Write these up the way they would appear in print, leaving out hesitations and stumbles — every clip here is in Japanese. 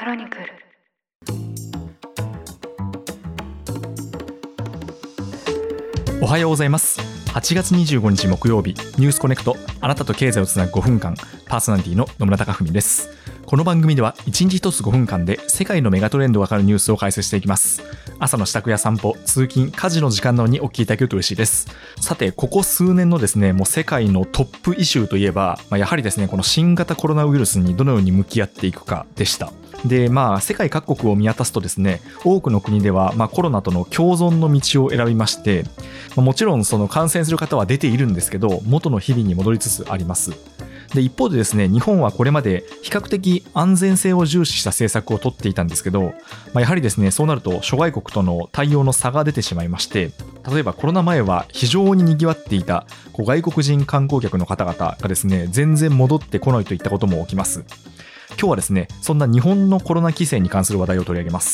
クロニクル。 おはようございます。8月25日木曜日、ニュースコネクト、あなたと経済をつなぐ5分間、パーソナリティの野村貴文です。この番組では1日1つ5分間で世界のメガトレンドがわかるニュースを解説していきます。朝の支度や散歩、通勤、家事の時間などにお聞きいただけると嬉しいです。さて、ここ数年のですね、もう世界のトップイシューといえば、やはりですね、この新型コロナウイルスにどのように向き合っていくかでした。で、世界各国を見渡すとですね、多くの国では、コロナとの共存の道を選びまして、もちろんその感染する方は出ているんですけど、元の日々に戻りつつあります。で、一方でですね、日本はこれまで比較的安全性を重視した政策を取っていたんですけど、やはりですね、そうなると諸外国との対応の差が出てしまいまして、例えばコロナ前は非常に賑わっていた外国人観光客の方々がですね、全然戻ってこないといったことも起きます。今日はですね、そんな日本のコロナ規制に関する話題を取り上げます。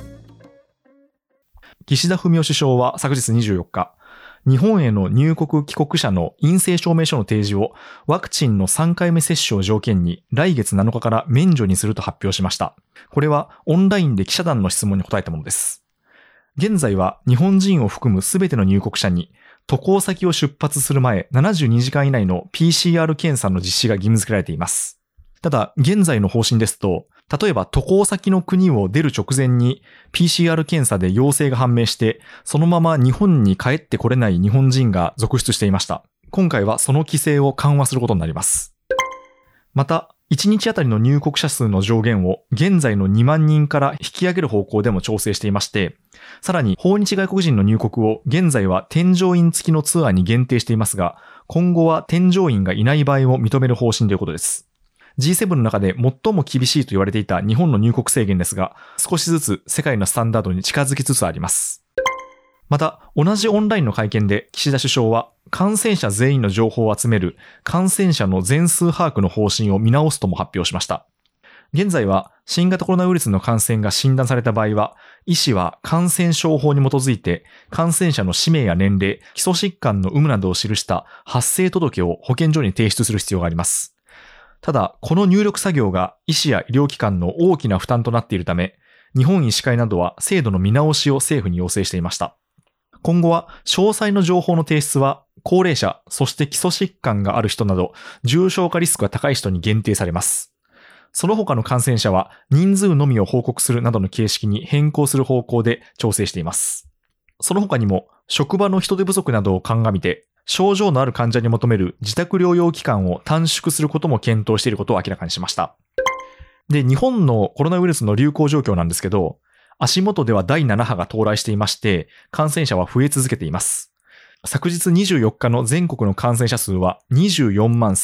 岸田文雄首相は昨日24日、日本への入国帰国者の陰性証明書の提示をワクチンの3回目接種を条件に来月7日から免除にすると発表しました。これはオンラインで記者団の質問に答えたものです。現在は日本人を含むすべての入国者に渡航先を出発する前72時間以内の PCR 検査の実施が義務付けられています。ただ、現在の方針ですと、例えば渡航先の国を出る直前に PCR 検査で陽性が判明して、そのまま日本に帰ってこれない日本人が続出していました。今回はその規制を緩和することになります。また、1日あたりの入国者数の上限を現在の2万人から引き上げる方向でも調整していまして、さらに訪日外国人の入国を現在は添乗員付きのツアーに限定していますが、今後は添乗員がいない場合を認める方針ということです。G7 の中で最も厳しいと言われていた日本の入国制限ですが、少しずつ世界のスタンダードに近づきつつあります。また、同じオンラインの会見で岸田首相は、感染者全員の情報を集める感染者の全数把握の方針を見直すとも発表しました。現在は新型コロナウイルスの感染が診断された場合は、医師は感染症法に基づいて感染者の氏名や年齢、基礎疾患の有無などを記した発生届を保健所に提出する必要があります。ただ、この入力作業が医師や医療機関の大きな負担となっているため、日本医師会などは制度の見直しを政府に要請していました。今後は詳細の情報の提出は高齢者、そして基礎疾患がある人など重症化リスクが高い人に限定されます。その他の感染者は人数のみを報告するなどの形式に変更する方向で調整しています。その他にも職場の人手不足などを鑑みて、症状のある患者に求める自宅療養期間を短縮することも検討していることを明らかにしました。で、日本のコロナウイルスの流行状況なんですけど、足元では第7波が到来していまして、感染者は増え続けています。昨日24日の全国の感染者数は24万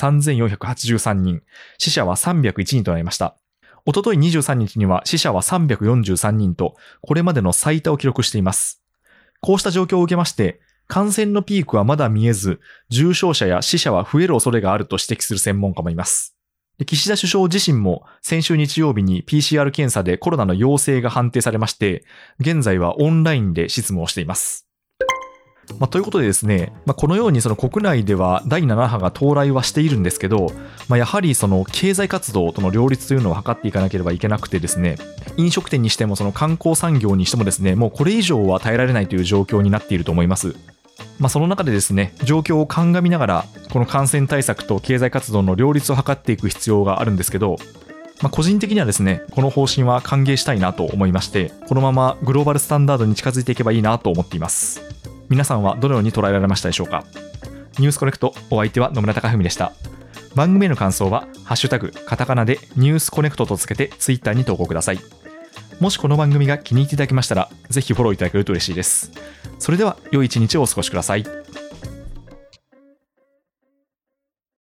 3483人、死者は301人となりました。おととい23日には死者は343人と、これまでの最多を記録しています。こうした状況を受けまして、感染のピークはまだ見えず、重症者や死者は増える恐れがあると指摘する専門家もいます。岸田首相自身も先週日曜日に PCR 検査でコロナの陽性が判定されまして、現在はオンラインで執務をしています。ということでですね、このようにその国内では第7波が到来はしているんですけど、やはりその経済活動との両立というのを図っていかなければいけなくてですね、飲食店にしてもその観光産業にしてもですね、もうこれ以上は耐えられないという状況になっていると思います。その中でですね、状況を鑑みながら、この感染対策と経済活動の両立を図っていく必要があるんですけど、個人的にはですね、この方針は歓迎したいなと思いまして、このままグローバルスタンダードに近づいていけばいいなと思っています。皆さんはどのように捉えられましたでしょうか。ニュースコネクト、お相手は野村貴文でした。番組への感想は、ハッシュタグ、カタカナでニュースコネクトとつけてツイッターに投稿ください。もしこの番組が気に入っていただけましたら、ぜひフォローいただけると嬉しいです。それでは、良い一日をお過ごしください。